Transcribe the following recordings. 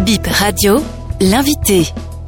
Bip Radio, l'invité.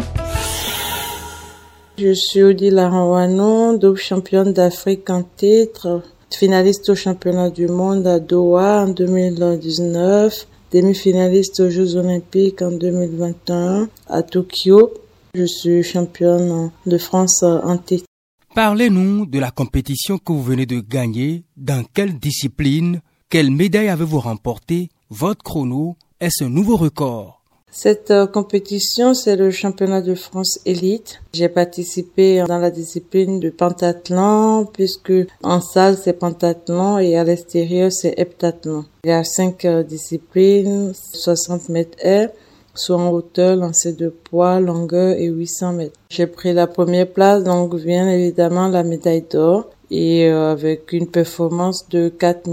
Je suis Odile Aranwano, double championne d'Afrique en titre, finaliste au championnat du monde à Doha en 2019, demi-finaliste aux Jeux Olympiques en 2021 à Tokyo. Je suis championne de France en titre. Parlez-nous de la compétition que vous venez de gagner. Dans quelle discipline? Quelle médaille avez-vous remporté? Votre chrono, est-ce un nouveau record? Cette compétition, c'est le championnat de France élite. J'ai participé dans la discipline de pentathlon, puisque en salle, c'est pentathlon et à l'extérieur, c'est heptathlon. Il y a 5 disciplines, 60 mètres air, soit en hauteur, lancer de poids, longueur et 800 mètres. J'ai pris la première place, donc bien évidemment la médaille d'or. Et avec une performance de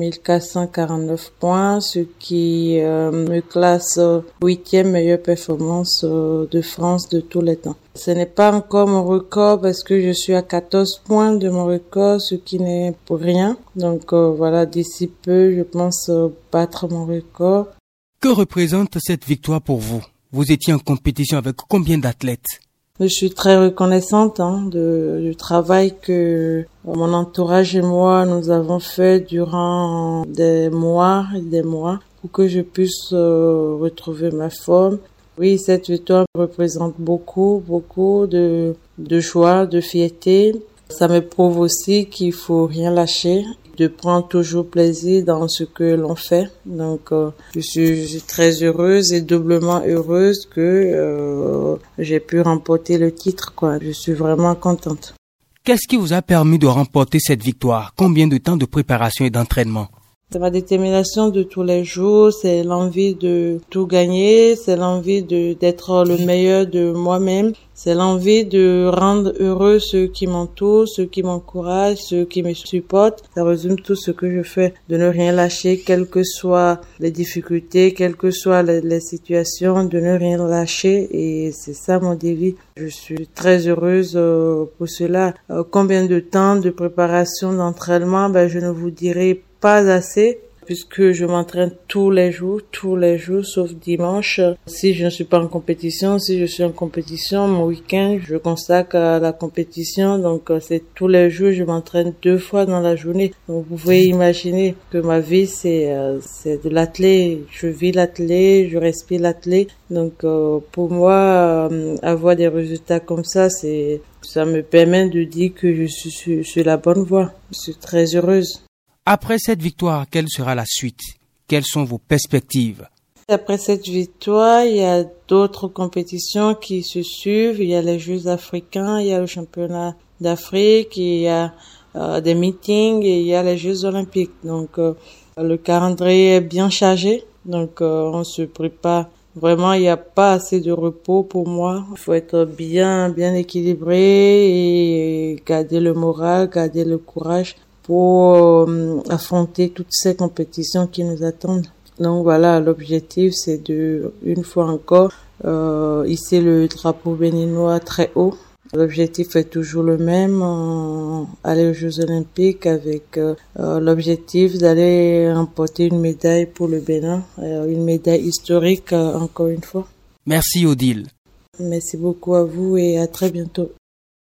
4449 points, ce qui me classe 8e meilleure performance de France de tous les temps. Ce n'est pas encore mon record parce que je suis à 14 points de mon record, ce qui n'est pour rien. Donc voilà, d'ici peu, je pense battre mon record. Que représente cette victoire pour vous? Vous étiez en compétition avec combien d'athlètes? Je suis très reconnaissante du travail que mon entourage et moi nous avons fait durant des mois et des mois pour que je puisse retrouver ma forme. Oui, cette victoire représente beaucoup de joie, de fierté. Ça me prouve aussi qu'il faut rien lâcher, de prendre toujours plaisir dans ce que l'on fait. Donc, je suis très heureuse et doublement heureuse que j'ai pu remporter le titre, quoi. Je suis vraiment contente. Qu'est-ce qui vous a permis de remporter cette victoire? Combien de temps de préparation et d'entraînement? C'est ma détermination de tous les jours, c'est l'envie de tout gagner, c'est l'envie d'être le meilleur de moi-même, c'est l'envie de rendre heureux ceux qui m'entourent, ceux qui m'encouragent, ceux qui me supportent. Ça résume tout ce que je fais, de ne rien lâcher, quelles que soient les difficultés, quelles que soient les situations, de ne rien lâcher, et c'est ça mon défi. Je suis très heureuse pour cela. Combien de temps de préparation, d'entraînement, je ne vous dirai pas assez, puisque je m'entraîne tous les jours, sauf dimanche. Si je ne suis pas en compétition, si je suis en compétition, mon week-end, je consacre à la compétition. Donc, c'est tous les jours, je m'entraîne 2 fois dans la journée. Donc, vous pouvez imaginer que ma vie, c'est de l'athlète. Je vis l'athlète, je respire l'athlète. Donc, pour moi, avoir des résultats comme ça, ça me permet de dire que je suis sur la bonne voie. Je suis très heureuse. Après cette victoire, quelle sera la suite? Quelles sont vos perspectives? Après cette victoire, il y a d'autres compétitions qui se suivent. Il y a les Jeux africains, il y a le championnat d'Afrique, il y a des meetings et il y a les Jeux olympiques. Donc, le calendrier est bien chargé. Donc, on se prépare. Vraiment, il n'y a pas assez de repos pour moi. Il faut être bien équilibré et garder le moral, garder le courage pour affronter toutes ces compétitions qui nous attendent. Donc voilà, l'objectif c'est une fois encore, hisser le drapeau béninois très haut. L'objectif est toujours le même, aller aux Jeux Olympiques avec l'objectif d'aller remporter une médaille pour le Bénin, une médaille historique encore une fois. Merci Odile. Merci beaucoup à vous et à très bientôt.